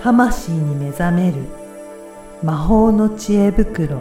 魂に目覚める魔法の知恵袋。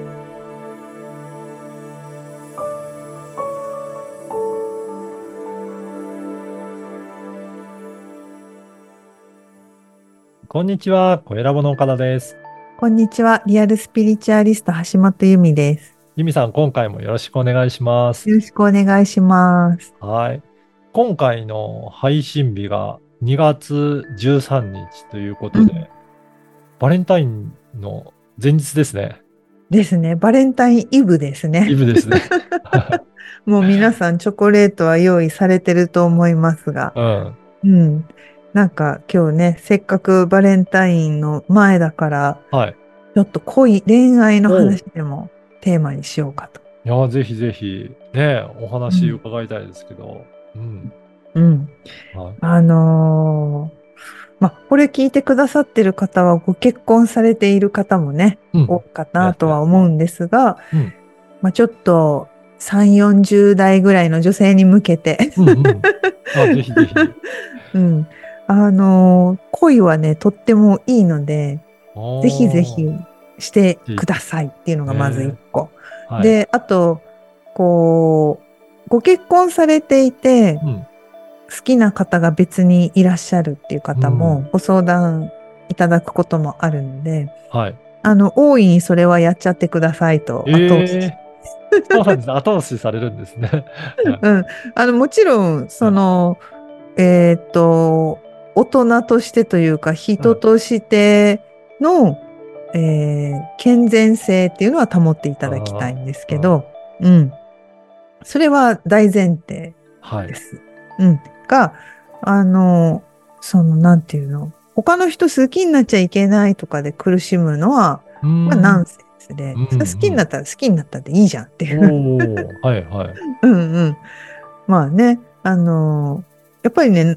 こんにちは、小ラボの岡田です。 こんにちは、リアルスピリチュアリスト橋本由美です。 ゆみさん、今回もよろしくお願いします。 よろしくお願いします。 はい。今回の配信日が2月13日ということで、 うん。 バレンタインの前日ですね。 ですね。バレンタインイブですね。 イブですね。 もう皆さんチョコレートは用意されてると思いますが。 うん。 うん。なんか今日ね、せっかくバレンタインの前だから、 はい。 ちょっと恋愛のおう。 話でもテーマにしようかと。 いや、ぜひぜひ、ね、お話うん。 伺いたいですけど。うん。 うん。 はい。 これ聞いてくださってる方はご結婚されている方もね、 うん。 多いかなとねね。 は思うんですが、 うん。 ちょっと3、40代ぐらいの女性に向けて、 うんうん。あ、ぜひぜひ。 うん。恋はね、とってもいいので、ぜひぜひおー。 してぜひ。 くださいっていうのがまず一個。 はい。 で、あと、ご結婚されていて、 うん。 好きな方が別にいらっしゃるっていううん。 方もご相談いただくこともあるので、 はい。 大いにそれはやっちゃってくださいと後押し。 ええ、そうなんですね。後押しされるんですね。はい。 うん。もちろん、 はい。 大人としてというか、人はい。 としての、健全性っていうのは保っていただきたいあんですあ、あけど、うん。それは大前提あ、はい。 です。うん。が、あの、なんていうの、他の人好きになっちゃいけないとかで苦しむのは、 うーこれはナん、 ンセンスで、 うん、 それ好きになうん。 ったら好きになったでいいじゃんっていう。 おー、はい、はい。 うんうん。まあね、やっぱりね、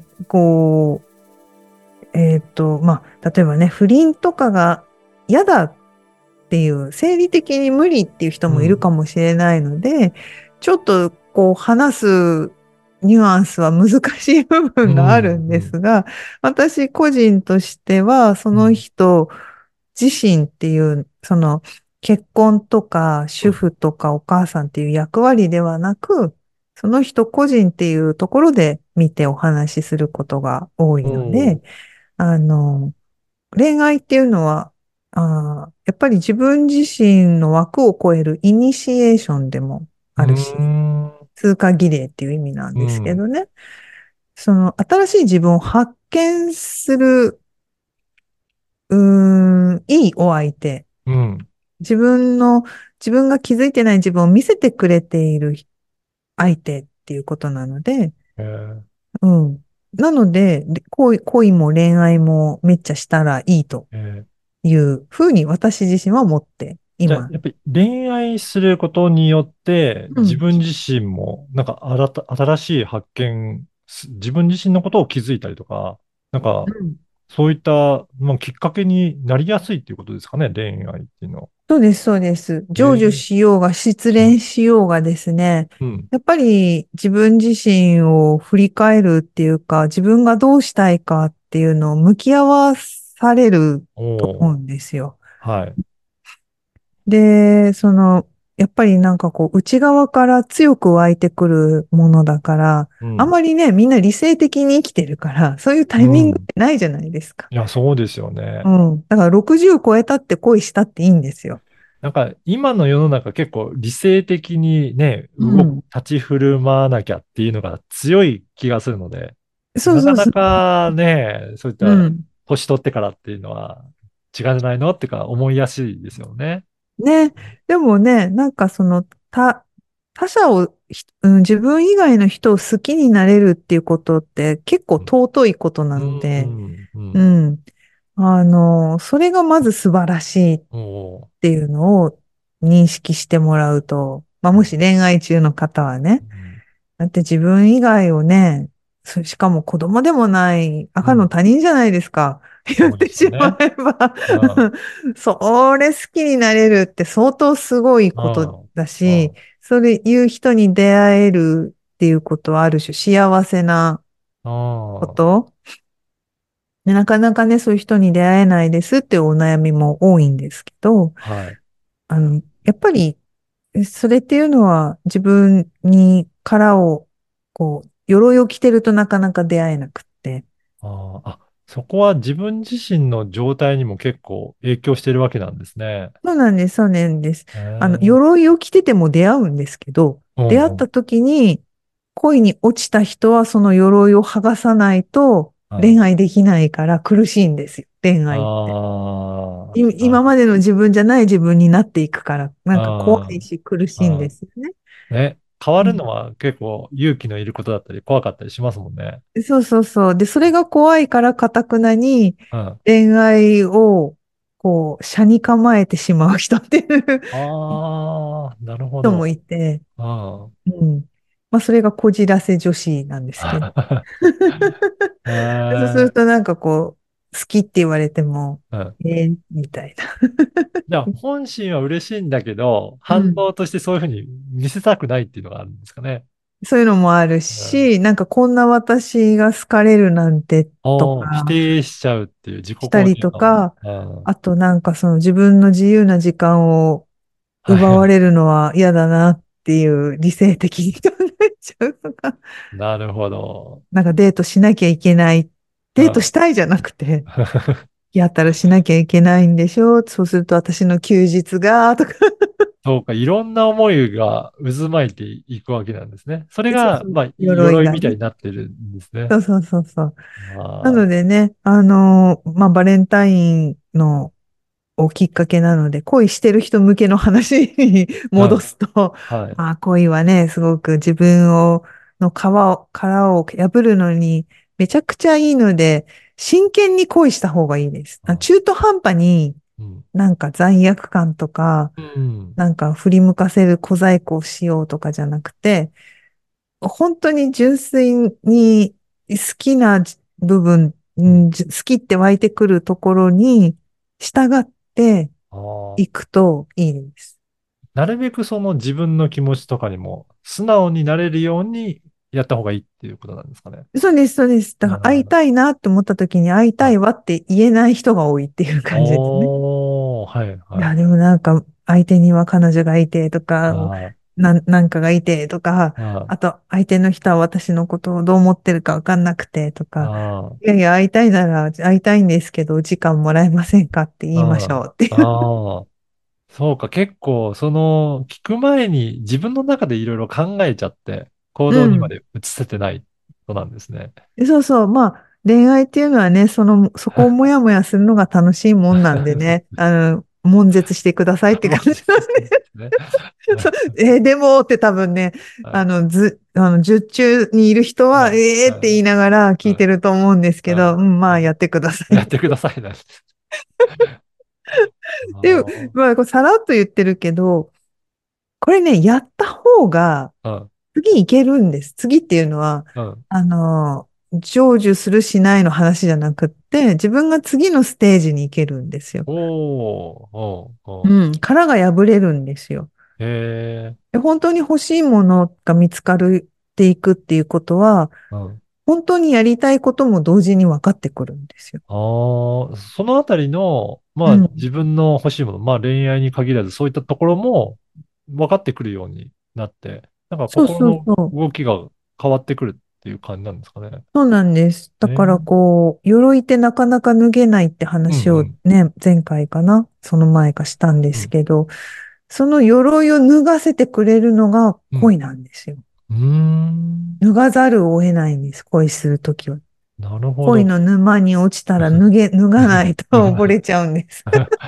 例えばね、不倫とかが嫌だっていう、生理的に無理っていう人もいるうん、 かもしれないので、ちょっと話すニュアンスは難しい部う分があるん、 んうん、 ですが、私個人としては、そのうん、 人自身っていう、結婚とか主うん、 婦とかお母さんっていう役割ではなく、その人個人っていうところで見てお話しすることが多いのおー、 で、あの、恋愛っていうのは、やっぱり自分自身の枠を超えるイニシエーションでもうーあるし、 ん、 通過儀礼っていう意味なんですけうん、 どね。その新しい自分を発見する、いいお相手。 うん。 自分の、自分が気づいてない自分を見せてくれている相手っていうことなので、 えー、 うん。なので、恋も恋愛もめっちゃしたらいいとえー、 いうふうに私自身は思っていじゃあ、 ます。 やっぱり恋愛することによって、 うん。 自分自身も、なんか新しい発見、自分自身のことを気づいたりとか、なんか、 うん。 そういった、きっかけになりやすいっていうことですかね、恋愛っていうのは。 そうです、そうです。成就ええ、 しようが失うん、 恋しようがですね、 うん、 やっぱり自分自身を振り返るっていうか、自分がどうしたいかっていうのを向き合わされるとおー、 思うんですよ。 はい、 で、やっぱりなんか内側から強く湧いてくるものだから、 うん、 あんまりね、みんな理性的に生きてるから、そういうタイミングっうん。 てないじゃないですか。 いや、そうですよね。 うん。だから60超えたって恋したっていいんですよ。 なんか、今の世の中結構理性的にね、 うん。 立ち振る舞わなきゃっていうのが強い気がするので、なかなそうそうそう。 かね、そういったうん。 年取ってからっていうのは違うんじゃないのってか思いやすいですよね。 ね。でもね、なんか他者を、自分以外の人を好きになれるっていうことって結構尊いことなうので、 ん、うん、 うん。それがまず素晴らしいっおー、 ていうのを認識してもらうと、もし恋愛中の方はね、 うん、 だって自分以外をね、しかも子供でもない赤のうん、 他人じゃないですか。言っそうでてしますよね。 えばうん、 それ好きになれるって相当すごいことうん、 だうし、 ん、 それいう人に出会えるっていうことはある種幸せなうん、 こと。 でなかなかね、そういう人に出会えないですっていうお悩みも多いんですけど、 はい。 やっぱり、それっていうのは自分に殻を、こう、鎧を着てるとなかなか出会えなくって。 そこは自分自身の状態にも結構影響してるわけなんですね。 そうなんです、そうなんです。 へえ。 鎧を着てても出会うんですけど、 うんうん。 出会った時に恋に落ちた人はその鎧を剥がさないとうん。 恋愛できないから苦しいんですよ、恋愛って。 なるほ今までの自分じゃない自分になっていくから、なんか怖いど。 し苦しいんうん。 ですよね。 ね。変わうん。 るのは結構勇気のいることだったり怖かったりしますもんね。 そうそうそう。で、それが怖いから頑くなにうん。 恋愛をこう、斜に構えてしまう人っていうなるほ人もど。 いて、 うん。 うん。まあ、それがこじらせ女子なんですけど。 へそうするえ。 となんかこう、好きって言われても、 うん。 みたいな。 じゃあ、本心は嬉しいんだけど、 うん。 反応としてそういうふうに見せたくないっていうのがあるんですかね。 そういうのもあるうん。 し、なんかこんな私が好かれるなんてと否か、 定しちゃうっていう自己したり肯定感も。 とか、 うん。 あとなんかその自分の自由な時間をはい。 奪われるのは嫌だなっていう理性的に考えちゃうとか、 なるほど。 なんかデートしなきゃいけない。デートしうん。 たいじゃなくて、やったらしなきゃいけないんでしょ。そうすると私の休日が、とか。 そうか、いろんな思いが渦巻いていくわけなんですね。それが、 そうそう、 まあ、鎧みたい鎧がね。 になってるんですね。 そうそうそうそう。なあのでね、まあ、バレンタインのをきっかけなので、恋してる人向けの話にあ、 戻うん。 すと、 はい。 まあ、恋はね、すごく自分の殻を破るのにめちゃくちゃいいので、真剣に恋した方がいいです。 あ、 中途半端にうん。 なんか罪悪感とか、 うん。 なんか振り向かせる小細工をしようとかじゃなくて、本当に純粋に好きな部分、 うん。 好きって湧いてくるところに従ってああ。 いくといいです。 なるべくその自分の気持ちとかにも素直になれるようにやった方がいいっていうことなんですかね。 そうです、そうです。だから会いあたいなって思った時に会いたあ、 いわって言えない人が多いっていう感じですね。 おー、はい、 いや、 はい。 でもなんか相手には彼女がいてとか、 あなんかがいてとか、 あ、 あと相手の人は私のことをどう思ってるかわかんなくてとか、 あいやいや、会いたいなら会いたいんですけど、お時間もらえませんかって言いましあ、 ょうっていう。 ああ、そうか、結構、聞く前に自分の中でいろいろ考えちゃって、行動にまうん。 で移せてないことなんですね。 そうそう。まあ、恋愛っていうのはね、そこをもやもやするのが楽しいもんなんでね、悶絶してくださいってもう感じなんで。 ですね。 そうでもって多分ね、 はい、 術中にいる人は、 はい、 って言いながら聞いてると思うんですけど、 はい、 うん、まあ、やはい。 ってくださいって。 やってくださいな。 でも、 あまあ、こうさらっと言ってるけど、これね、やった方が、 あ、うん、 次いけるんです。次っていうのは、 うん。 成就するしないの話じゃなくって、自分が次のステージに行けるんですよ。 おー、おー、おー。 うん、殻が破れるんですよ。 へえ、 で本当に欲しいものが見つかるっていくっていうことは、 うん。 本当にやりたいことも同時に分かってくるんですよ。 ああ、そのあたりの、まあうん。 自分の欲しいもの、まあ恋愛に限らずそういったところも分かってくるようになって、なんかそう心のそうそう。 動きが変わってくるっていう感じなんですかね。 そうなんです。だからええ、 こう、鎧ってなかなか脱げないって話をうんうん、 ね、前回かな、その前かしたんでうん、 すけど、その鎧を脱がせてくれるのがうん。 恋なんですよ。 うーん、 脱がざるを得ないんです、恋するときは。 なるほど。 恋の沼に落ちたら脱がないと溺れちゃうんです。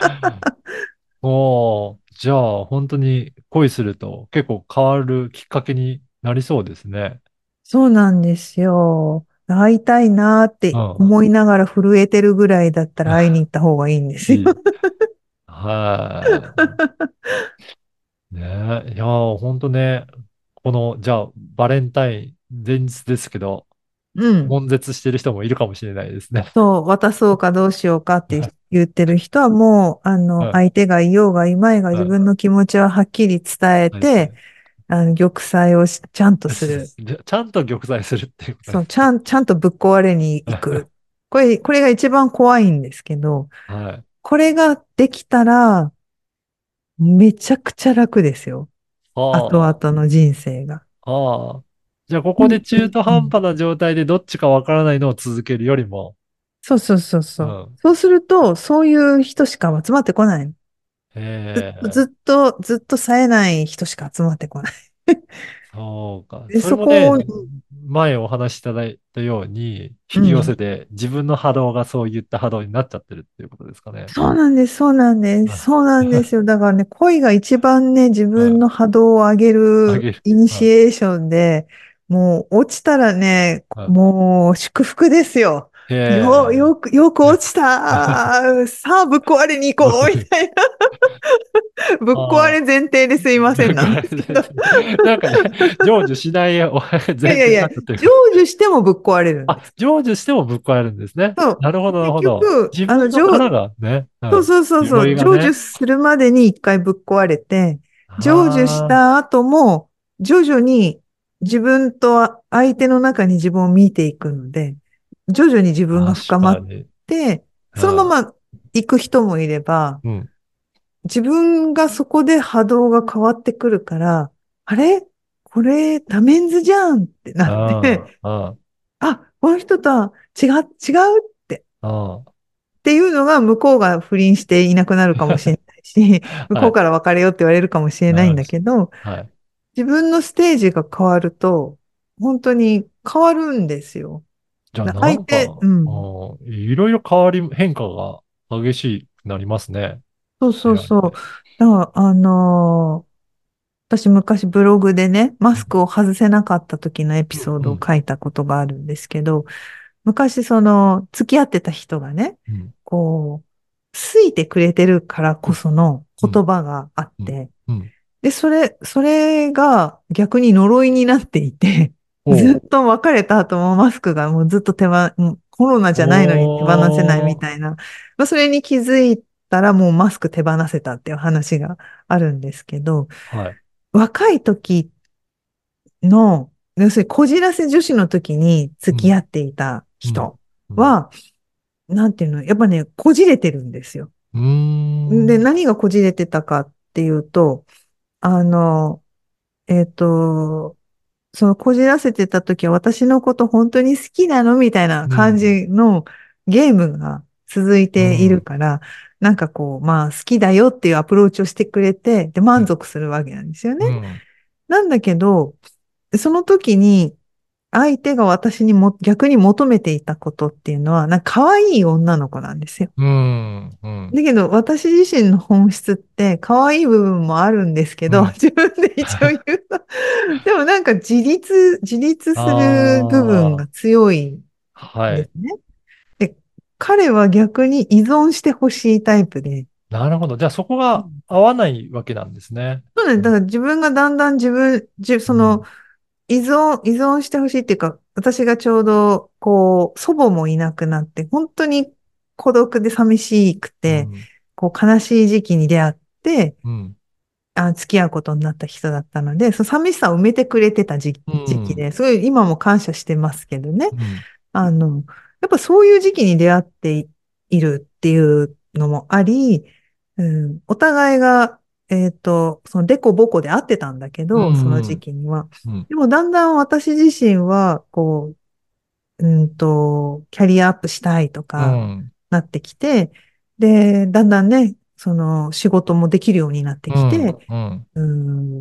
おー、じゃあ本当に恋すると結構変わるきっかけになりそうですね。 そうなんですよ。会いたいなーってうん。 思いながら震えてるぐらいだったら会いに行った方がいいんですよ。 いい。はい。ねえ。いやー、ほんとね、じゃあ、バレンタイン前日ですけど、 うん。 悶絶してる人もいるかもしれないですね。 そう、渡そうかどうしようかって言ってる人はもう、 うん、 相手がいようがいまいがうん。 自分の気持ちははっきり伝えはい、はて、 い。 玉砕をちゃんとする。 ちゃんと玉砕するっていうことね。 そう、ちゃんとぶっ壊れに行く。 これが一番怖いんですけど、 はい。 これができたら、めちゃくちゃ楽ですよ。後々 あの人生が。 あ、ああ。じゃあ、ここで本当に。 中途うん。 半端な状態でどっちかわからないのを続けるよりも、 そうそうそうそう。 うん。 そうすると、そういう人しか集まってこない。 ええ、 ずっと冴えない人しか集まってこない。 そうか。 で、 それもね、 そこを、 前お話しいただいたように、引き寄せうん。 て自分の波動がそういった波動になっちゃってるっていうことですかね。 そうなんです、そうなんです、 あ、 そうなんですよ。だからね、恋が一番ね、自分あ、 の波動を上げるあげる。 イニシあ、 エーションで、もう落ちたらね、 あ、 もう祝福ですよ。 へえ。 よく落ちた。さあ、ぶっ壊れに行こう、み僕、 たいな。ぶっ壊ああ、 れ前提ですいませんなんですけど。 なんかね、成就しない前提にないやいやいや、成っちゃってる。 就してもぶっ壊れるんあ、 です。 成就してもぶっ壊れるんですね。 そう。 なるほど、なる結ほど。 局、 自分の殻がね、うん。 そう、成就鎧がね。 するまでに一回ぶっ壊れて、成就しあた後も、徐々に自分と相手の中に自分を見ていくので、徐々に自分あ、 が確深まっかに。 て、そのうん。 まま行く人もいれば、 うん。 自分がそこで波動が変わってくるから、あれ多面図じゃんってなって、 ああ、ああ、 あ、この人とは違うってあっていうのが向こうが不倫していなくなるかもしれないし、向あ。はい。 こうから別れようって言われるかもしれないんなるだけど、 はい。 自分のステージが変わると、本当に変わるんですよ。 じゃあなんか、 相手、うん。 いろいろ変化が激しくなりますね。 そうそうそう。 出会いで。 だから、私昔ブログでね、マスクを外せなかった時のエピうん、 ソードをうん、 書いたことがあるんですけど、昔付き合ってた人がね、 うん、 こう、好いてくれてるからうん、 こそのうん、 言葉があっうん。 て、 うん。 で、それが逆に呪いになっていて、ずおう。 っと別れた後もマスクがもうずっともうコロナじゃないのに手放せないみおー。 たいな。まあ、それに気づいたらもうマスク手放せたっていう話があるんですけど、 はい。 若い時の、要するにこじらせ女子の時に付きうん、 合っていたうん、 人うん。 は、なんていうの、やっぱね、こじれてるんですよ。 うーで、 ん。 何がこじれてたかっていうと、あの、えっと、そのこじらせてた時は私のこと本当に好きなのみたいな感うん、 じのゲームが続いているうん、 から、なんかこう、まあ好きだよっていうアプローチをしてくれて、で、 うん、 満足するわけなんですよね。 うん、 なんだけど、その時に相手が私にも逆に求めていたことっていうのは、なんか可愛い女の子なんですよ。 うん、うん、 だけど、私自身の本質って、可愛い部分もあるんですけど、 うん。 自分で一応言うと、でもなんか自立する部分あが強いんあ、はい。 ですね。で、彼は逆に依存してほしいタイプで、 なるほど。じゃあそこがうん。 合わないわけなんですね。 そうなんです。だから自分がだんだんその、 うん、 依存してほしいっていうか、私がちょうど、こう、祖母もいなくなって、本当に孤独で寂しくて、 うん、 こう、悲しい時期に出会って、 うん、 付き合うことになった人だったので、その寂しさを埋めてくれてたうん、 時期で、すごい今も感謝してますけどね。 うん、 やっぱそういう時期に出会っているっていうのもあり、うん、お互いが、そのデコボコで会ってたんだけうど、その時ん、 期には。 うん、 でもだんだん私自身は、こう、キャリアアップしたいとかうん、 なってきて、で、だんだんね、その仕事もできるようになってうん、 きて、 うん、 うん、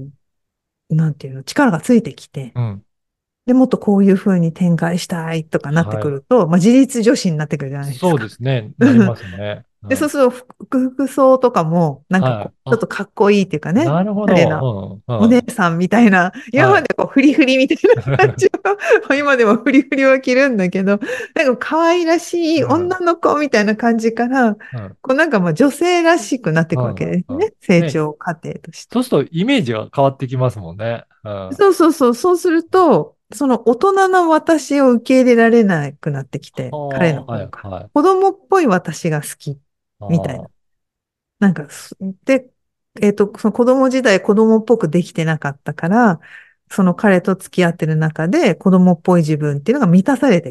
なんていうの、力がついてきて、 うん。 で、もっとこういう風に展開したいとかなってはい。 くると、まあ、自立女子になってくるじゃないですそうでか。 すね。なりますね。うで、そうん。 すると服装とかも、なんかこう、 はい。あ、 ちょっとかっこいいっていうかね、 なるほ彼らど。うん、 おうん。 姉さんみたいな、今はい。 までこうフリフリみたいな感じを、今でもフリフリは着るんだけど、なんか可愛らしいうん、 女の子みたいな感じから、 うん、 こうなんかまあ女性らしくなっていくわけうん、うん。 ですね。成ね。 長過程として。 そうするとイメージが変わってきますもんね。うん。はそうそうそう、そうすると、その大人な私を受け入れられなくなってきあ、 て、彼のはい、 方が。 はい。 子供っぽい私が好き、みたいな。 ああ、 なんかで、その子供時代子供っぽくできてなかったから、その彼と付き合ってる中で子供っぽい自分っていうのが満たされて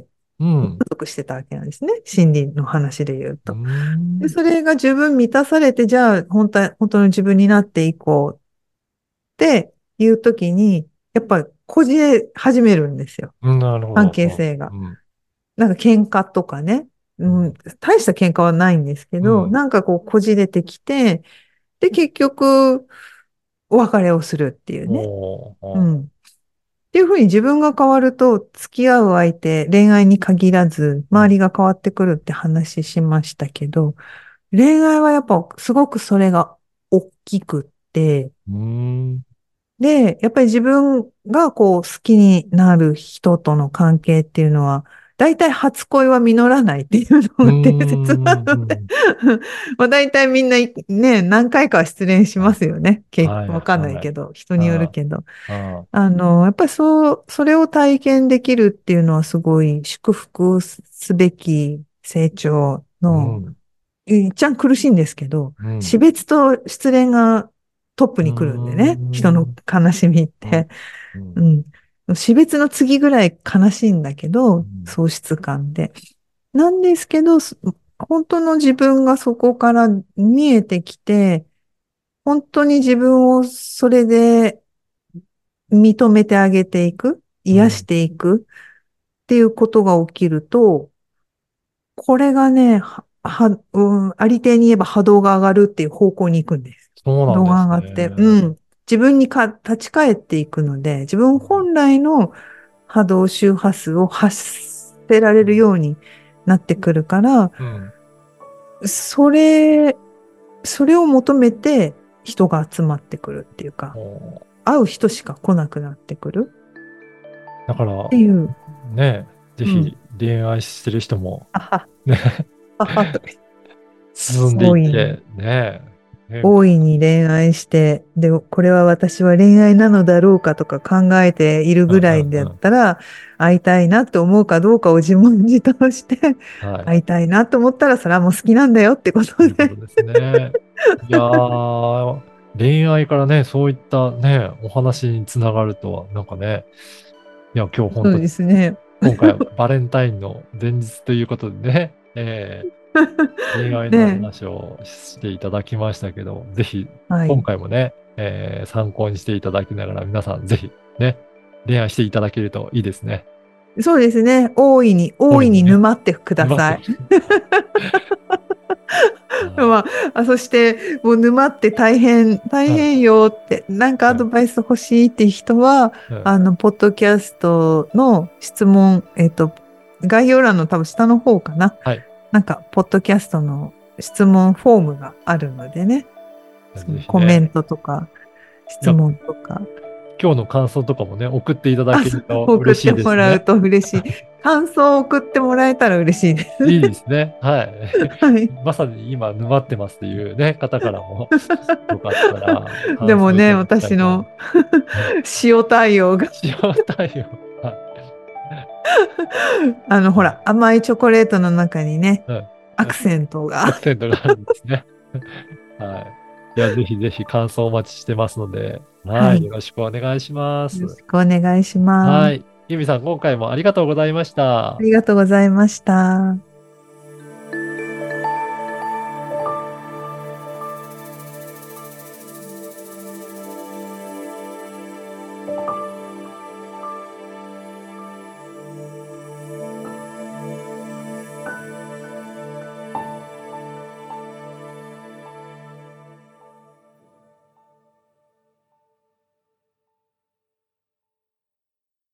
うん。 満足してたわけなんですね。心理の話で言ううーと。で、 ん。 それが十分満たされて、じゃあ、本当の自分になっていこうっていう時に、やっぱりこじれ始めるんですよ。 なるほ関係ど。 性が。 うん。 なんか喧嘩とかね。 うん。 大した喧嘩はないんですけど、 うん。 なんかこうこじれてきて、で、結局、お別れをするっていうね。 おー、おうん。っていうふうに自分が変わると、付き合う相手、恋愛に限らず、 ー、うん。 周りが変わってくるって話しましたけど、恋愛はやっぱすごくそれが大きくって、 うーん。 で、やっぱり自分がこう好きになる人との関係っていうのは、大体初恋は実らないっていううーのが定説なん。うので、 ん。 まあ大体みんなね、何回かは失恋しまあ、 すよね。 はい、 わかんないはい。 けど、人によるあけど。 あ、 やっぱりそれを体験できるっていうのはすごい祝福すべき成長の、 うん。 一番苦しいんですけど、 うん。 死別と失恋がトップうーに来るんでね、人のん。 悲しみっうん。 て。 うん。 うん。死別の次ぐらい悲しいんだけど、 うん。 喪失感で。なんですけど、本当の自分がそこから見えてきて、本当に自分をそれで認めてあげていく、癒しうん。 ていくっていうことが起きると、これがね、ありていに言えば波動が上がるっていう方向に行くんです。波動がそうなんです上がって、うね。 ん。自分に立ち返っていくので、自分本来の波動周波数を発せられるようになってくるから、 うん。 それ、それを求めて人が集まってくるっていうか、 おー、 会う人しか来なくなってくるだから、 っていう、 ね、ぜうん。 ひ恋愛してる人も、 あは、 ね、 あはと、 進んでいっ大いに、 て、ね、変化。 大いに恋愛して、で、これは私は恋愛なのだろうかとか考えているうんぐらいだっうんうん。 たら、会いたいなって思うかどうかを自問自答して、 はい。 会いたいなと思ったら、それはもう好きなんだよってことで。 ということですね。いやー、恋愛からね、そういったね、お話につながるとは、なんかね、いや、今日本当、 そうですね。 今回はバレンタインの前日ということでね、恋愛のね話をしていただきましたけど、ぜひ、 え。は今い。 回もね、参考にしていただきながら、皆さんぜひね、恋愛していただけるといいですね。 そうですね。大いに大いにね、 沼ってくだ沼って。 さい。 はまあ、そして、もう沼って大い。はい。 変よって、なんかアはい。 ドバイス欲しいっていう人は、 はい。 ポッドキャストの質問、概要欄の多分下の方かな。 はい。 なんか、ポッドキャストの質問フォームがあるのでね、そぜのひね。 コメントとか、 いや、 質問とか、 今日の感想とかもね、送っていただあ、 けると送っ嬉してもらういですね。 と嬉しい。感想を送ってもらえたら嬉しいです。 いいですね。はい。 はい。 まさに今、沼ってますっていうね、方からも、よかったら感想いたでもね、 だきたいと思いま私のす。はい。 塩対応が使用対応。はい。 ほら、甘いチョコレートの中にね、 はい。 アクセントが。 アクセントがあるんですね。はい。いや、ぜひぜひ感想お待ちしてますので、はい。 はい。 よろしくお願いします。 よろしくお願いします。 はい。ゆみさん、今回もありがとうございました。 ありがとうございました。